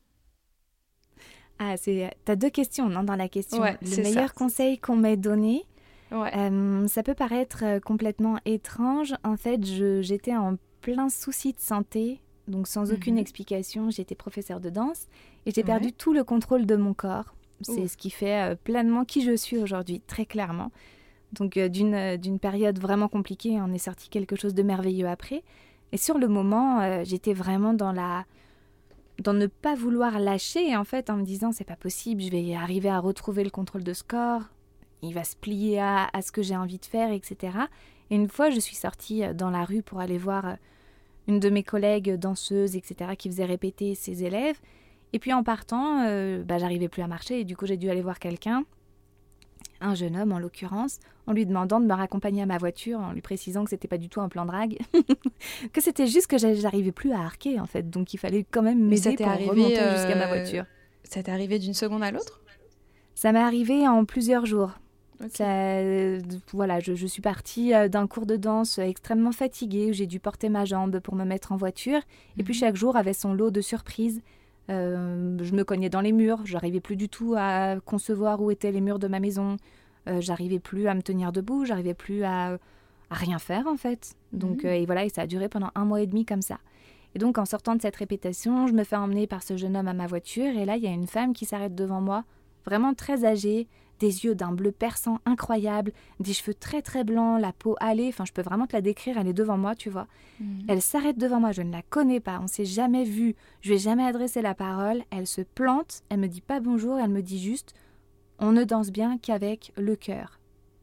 Ah, c'est... T'as deux questions, non, dans la question. Ouais, le meilleur ça. conseil qu'on m'ait donné, ouais. euh, ça peut paraître complètement étrange. En fait, je, j'étais en plein souci de santé. Donc sans aucune mmh. explication, j'étais professeure de danse et j'ai ouais. perdu tout le contrôle de mon corps. C'est Ouf. ce qui fait euh, pleinement qui je suis aujourd'hui, très clairement. Donc euh, d'une, euh, d'une période vraiment compliquée, on est sorti quelque chose de merveilleux après. Et sur le moment, euh, j'étais vraiment dans la... dans ne pas vouloir lâcher, en fait, en me disant c'est pas possible, je vais arriver à retrouver le contrôle de ce corps, il va se plier à, à ce que j'ai envie de faire, et cetera. Et une fois, je suis sortie dans la rue pour aller voir... Euh, une de mes collègues danseuses, et cetera, qui faisait répéter ses élèves. Et puis en partant, euh, bah, j'arrivais plus à marcher et du coup j'ai dû aller voir quelqu'un, un jeune homme en l'occurrence, en lui demandant de me raccompagner à ma voiture, en lui précisant que c'était pas du tout un plan drague, que c'était juste que j'arrivais plus à arquer en fait, donc il fallait quand même m'aider pour arrivé, remonter euh, jusqu'à ma voiture. Ça t'est arrivé d'une seconde à l'autre ? Ça m'est arrivé en plusieurs jours. Okay. Ça, euh, voilà, je, je suis partie euh, d'un cours de danse extrêmement fatiguée où j'ai dû porter ma jambe pour me mettre en voiture. Mm-hmm. Et puis chaque jour avait son lot de surprises. Euh, je me cognais dans les murs, j'arrivais plus du tout à concevoir où étaient les murs de ma maison. Euh, j'arrivais plus à me tenir debout, j'arrivais plus à, à rien faire en fait. Donc, mm-hmm. euh, et voilà, et ça a duré pendant un mois et demi comme ça. Et donc en sortant de cette répétition, je me fais emmener par ce jeune homme à ma voiture. Et là, il y a une femme qui s'arrête devant moi, vraiment très âgée, des yeux d'un bleu perçant incroyable, des cheveux très très blancs, la peau hâlée, enfin je peux vraiment te la décrire, elle est devant moi, tu vois. Mmh. Elle s'arrête devant moi, je ne la connais pas, on s'est jamais vu, je lui ai jamais adressé la parole, elle se plante, elle me dit pas bonjour, elle me dit juste « on ne danse bien qu'avec le cœur ».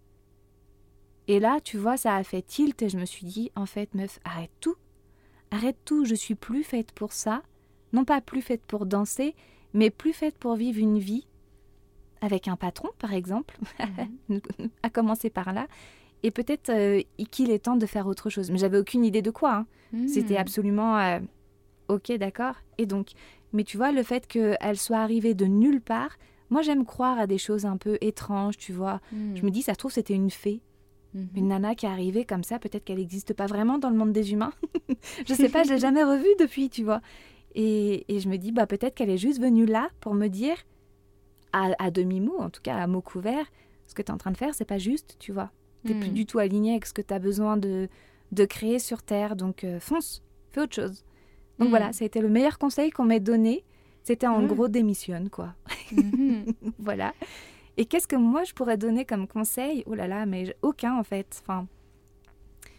Et là, tu vois, ça a fait tilt et je me suis dit « en fait, meuf, arrête tout, arrête tout, je suis plus faite pour ça, non pas plus faite pour danser, mais plus faite pour vivre une vie avec un patron, par exemple, mmh. à commencer par là, et peut-être euh, qu'il est temps de faire autre chose. Mais j'avais aucune idée de quoi. Hein. Mmh. C'était absolument euh, ok, d'accord. Et donc, mais tu vois, le fait qu'elle soit arrivée de nulle part, moi j'aime croire à des choses un peu étranges, tu vois. Mmh. Je me dis, ça se trouve, c'était une fée. Mmh. Une nana qui est arrivée comme ça, peut-être qu'elle n'existe pas vraiment dans le monde des humains. Je sais pas, je l'ai jamais revue depuis, tu vois. Et, et je me dis, bah peut-être qu'elle est juste venue là pour me dire... À, à demi-mot, en tout cas à mot couvert, ce que tu es en train de faire, c'est pas juste, tu vois. Tu n'es mmh. plus du tout aligné avec ce que tu as besoin de, de créer sur Terre, donc euh, fonce, fais autre chose. Donc mmh. voilà, ça a été le meilleur conseil qu'on m'ait donné, c'était en mmh. gros démissionne, quoi. Mmh. Voilà. Et qu'est-ce que moi je pourrais donner comme conseil ? Oh là là, mais aucun en fait. Enfin,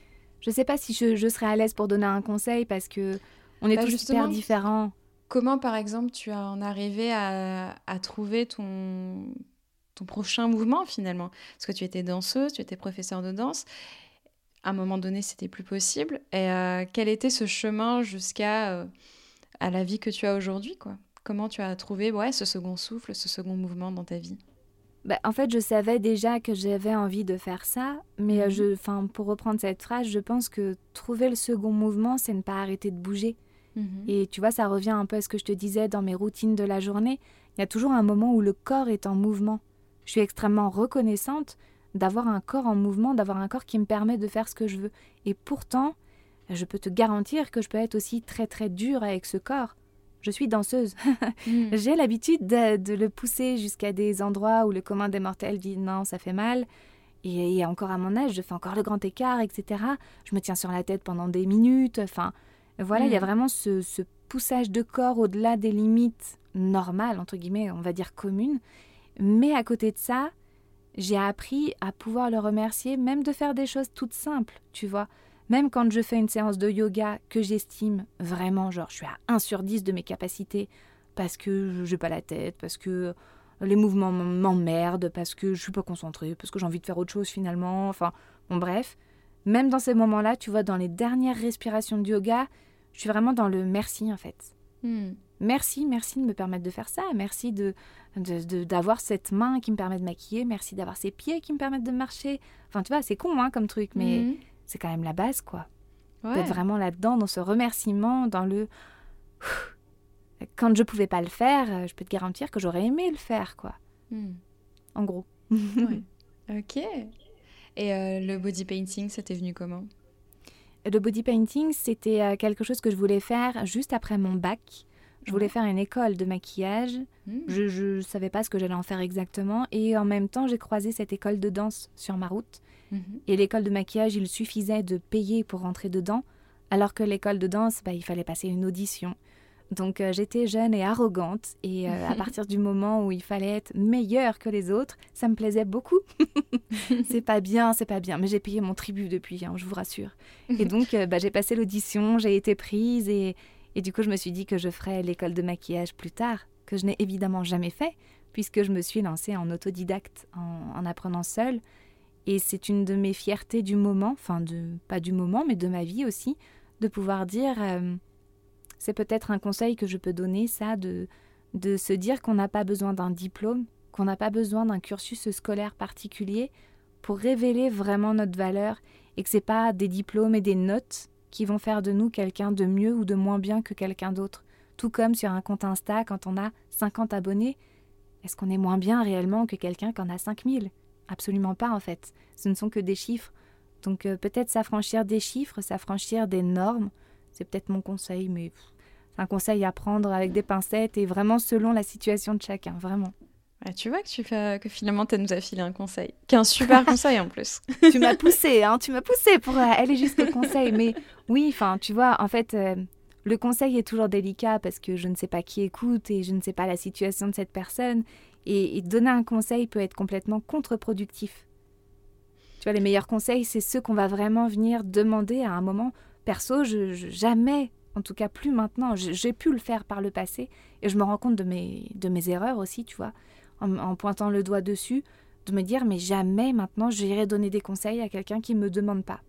Je sais pas si je, je serais à l'aise pour donner un conseil parce que on est Bah, tous justement, super différents. Comment, par exemple, tu en es arrivé à, à trouver ton, ton prochain mouvement, finalement? Parce que tu étais danseuse, tu étais professeure de danse. À un moment donné, c'était plus possible. Et euh, quel était ce chemin jusqu'à euh, à la vie que tu as aujourd'hui, quoi? Comment tu as trouvé ouais, ce second souffle, ce second mouvement dans ta vie? Bah, en fait, je savais déjà que j'avais envie de faire ça, mais euh, Mhm. je, 'fin, pour reprendre cette phrase, je pense que trouver le second mouvement, c'est ne pas arrêter de bouger. Mhm. Et tu vois, ça revient un peu à ce que je te disais dans mes routines de la journée. Il y a toujours un moment où le corps est en mouvement. Je suis extrêmement reconnaissante d'avoir un corps en mouvement, d'avoir un corps qui me permet de faire ce que je veux. Et pourtant, je peux te garantir que je peux être aussi très très dure avec ce corps. Je suis danseuse. Mhm. J'ai l'habitude de, de le pousser jusqu'à des endroits où le commun des mortels dit non, ça fait mal. Et, et encore à mon âge, je fais encore le grand écart, et cetera. Je me tiens sur la tête pendant des minutes. Enfin, voilà, il y a Mhm. vraiment ce, ce poussage de corps au-delà des limites normales, entre guillemets, on va dire communes. Mais à côté de ça, j'ai appris à pouvoir le remercier, même de faire des choses toutes simples, tu vois. Même quand je fais une séance de yoga que j'estime vraiment, genre, je suis à un sur dix de mes capacités, parce que j'ai pas la tête, parce que les mouvements m'emmerdent, parce que je suis pas concentrée, parce que j'ai envie de faire autre chose finalement, enfin, bon bref. Même dans ces moments-là, tu vois, dans les dernières respirations de yoga, je suis vraiment dans le merci en fait. Mhm. Merci, merci de me permettre de faire ça. Merci de, de, de- d'avoir cette main qui me permet de maquiller. Merci d'avoir ces pieds qui me permettent de marcher. Enfin, tu vois, c'est con hein, comme truc, mais Mhm. c'est quand même la base, quoi. Ouais. D'être vraiment là-dedans, dans ce remerciement, dans le... Quand je pouvais pas le faire, je peux te garantir que j'aurais aimé le faire, quoi. Mhm. En gros. Ouais. Ok. Et euh, le body painting, ça t'est venu comment? Le body painting, c'était euh, quelque chose que je voulais faire juste après mon bac. Je voulais Ouais. faire une école de maquillage. Mhm. Je ne savais pas ce que j'allais en faire exactement. Et en même temps, j'ai croisé cette école de danse sur ma route. Mhm. Et l'école de maquillage, il suffisait de payer pour rentrer dedans. Alors que l'école de danse, bah, il fallait passer une audition. Donc euh, j'étais jeune et arrogante. Et euh, à partir du moment où il fallait être meilleure que les autres, ça me plaisait beaucoup. C'est pas bien, c'est pas bien. Mais j'ai payé mon tribut depuis, hein, je vous rassure. Et donc euh, bah, j'ai passé l'audition, j'ai été prise. Et, et du coup, je me suis dit que je ferais l'école de maquillage plus tard. Que je n'ai évidemment jamais fait, puisque je me suis lancée en autodidacte, en, en apprenant seule. Et c'est une de mes fiertés du moment, enfin, de, pas du moment, mais de ma vie aussi, de pouvoir dire, euh, c'est peut-être un conseil que je peux donner, ça, de, de se dire qu'on n'a pas besoin d'un diplôme, qu'on n'a pas besoin d'un cursus scolaire particulier pour révéler vraiment notre valeur, et que c'est pas des diplômes et des notes qui vont faire de nous quelqu'un de mieux ou de moins bien que quelqu'un d'autre. Tout comme sur un compte Insta, quand on a cinquante abonnés, est-ce qu'on est moins bien réellement que quelqu'un qui en a cinq mille ? Absolument pas en fait. Ce ne sont que des chiffres. Donc euh, peut-être s'affranchir des chiffres, s'affranchir des normes, c'est peut-être mon conseil, mais pff, c'est un conseil à prendre avec des pincettes et vraiment selon la situation de chacun, vraiment. Ah, tu vois que, tu fais, que finalement, tu nous as filé un conseil. Qui est un super conseil en plus. Tu m'as poussé, hein, tu m'as poussé pour euh, aller jusqu'au conseil. Mais oui, enfin, tu vois, en fait, euh, le conseil est toujours délicat parce que je ne sais pas qui écoute et je ne sais pas la situation de cette personne. Et, et donner un conseil peut être complètement contre-productif. Tu vois, les meilleurs conseils, c'est ceux qu'on va vraiment venir demander à un moment. Perso, je, je- jamais, en tout cas plus maintenant, j'ai j'ai pu le faire par le passé. Et je me rends compte de mes, de mes erreurs aussi, tu vois, en, en pointant le doigt dessus, de me dire, mais jamais maintenant, j'irai donner des conseils à quelqu'un qui ne me demande pas.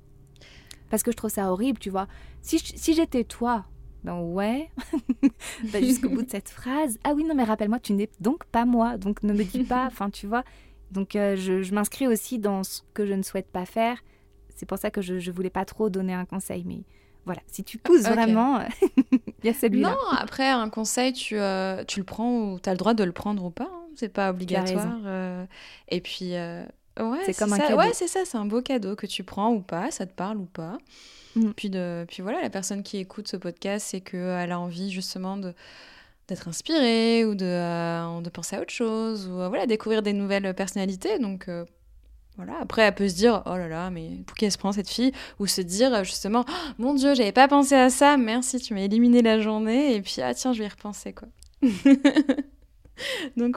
Parce que je trouve ça horrible, tu vois. Si, je- si j'étais toi, ben ouais, ben jusqu'au bout de cette phrase, ah oui, non, mais rappelle-moi, tu n'es donc pas moi, donc ne me dis pas, enfin, tu vois. Donc, euh, je, je m'inscris aussi dans ce que je ne souhaite pas faire. C'est pour ça que je ne voulais pas trop donner un conseil, mais voilà, si tu pousses Ok. vraiment, il y a celui-là. Non, après, un conseil, tu, euh, tu le prends ou tu as le droit de le prendre ou pas. Hein. C'est pas obligatoire. raison. euh, et puis, euh, ouais, C'est comme un ça. cadeau. Ouais, c'est ça, c'est un beau cadeau que tu prends ou pas, ça te parle ou pas. Mm. Puis, de, puis voilà, la personne qui écoute ce podcast, c'est qu'elle a envie justement de, d'être inspirée ou de, euh, de penser à autre chose ou euh, voilà, découvrir des nouvelles personnalités. Donc, euh, voilà. Après, elle peut se dire, oh là là, mais pour qui elle se prend cette fille? Ou se dire justement, oh, mon Dieu, j'avais pas pensé à ça, merci, tu m'as éliminé la journée. Et puis, ah tiens, je vais y repenser, quoi. Donc, ouais, c'est ouvert. Et euh, pour finir,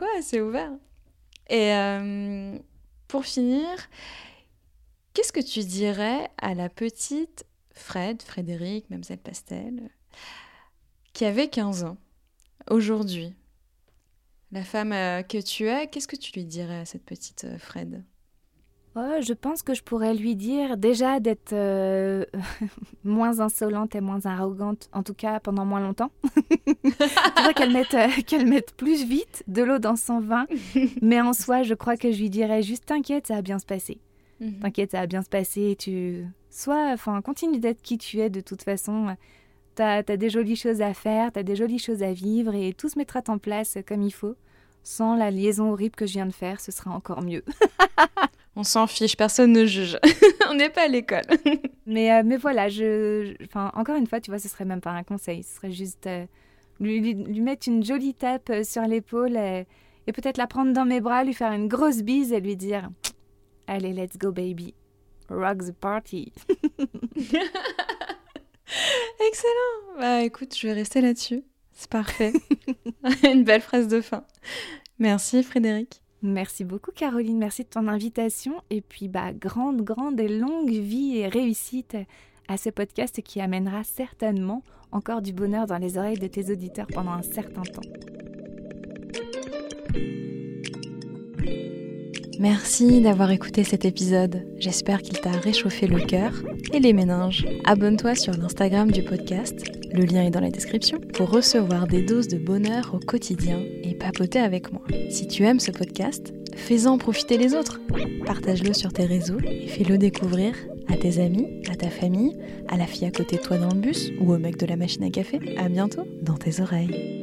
Qu'est-ce que tu dirais à la petite Fred, Frédéric, Mamselle Pastel, qui avait quinze ans, aujourd'hui? La femme euh, que tu es, qu'est-ce que tu lui dirais à cette petite euh, Fred? Oh, je pense que je pourrais lui dire déjà d'être euh, moins insolente et moins arrogante, en tout cas pendant moins longtemps. Tu vois, qu'elle mette, euh, qu'elle mette plus vite de l'eau dans son vin. Mais en soi, je crois que je lui dirais juste t'inquiète, ça va bien se passer. Mm-hmm. T'inquiète, ça va bien se passer. Tu... Sois, enfin, continue d'être qui tu es de toute façon. T'as, t'as des jolies choses à faire, t'as des jolies choses à vivre et tout se mettra en place comme il faut. Sans la liaison horrible que je viens de faire, ce sera encore mieux. On s'en fiche, personne ne juge. On n'est pas à l'école. mais, euh, mais voilà, je, je, encore une fois, tu vois, ce serait même pas un conseil. Ce serait juste euh, lui, lui, lui mettre une jolie tape sur l'épaule et, et peut-être la prendre dans mes bras, lui faire une grosse bise et lui dire « Allez, let's go baby, rock the party !» Excellent. Bah écoute, je vais rester là-dessus. C'est parfait. Une belle phrase de fin. Merci Frédéric. Merci beaucoup Caroline, merci de ton invitation et puis bah grande, grande et longue vie et réussite à ce podcast qui amènera certainement encore du bonheur dans les oreilles de tes auditeurs pendant un certain temps. Merci d'avoir écouté cet épisode. J'espère qu'il t'a réchauffé le cœur et les méninges. Abonne-toi sur l'Instagram du podcast, le lien est dans la description, pour recevoir des doses de bonheur au quotidien et papoter avec moi. Si tu aimes ce podcast, fais-en profiter les autres. Partage-le sur tes réseaux et fais-le découvrir à tes amis, à ta famille, à la fille à côté de toi dans le bus ou au mec de la machine à café. À bientôt dans tes oreilles.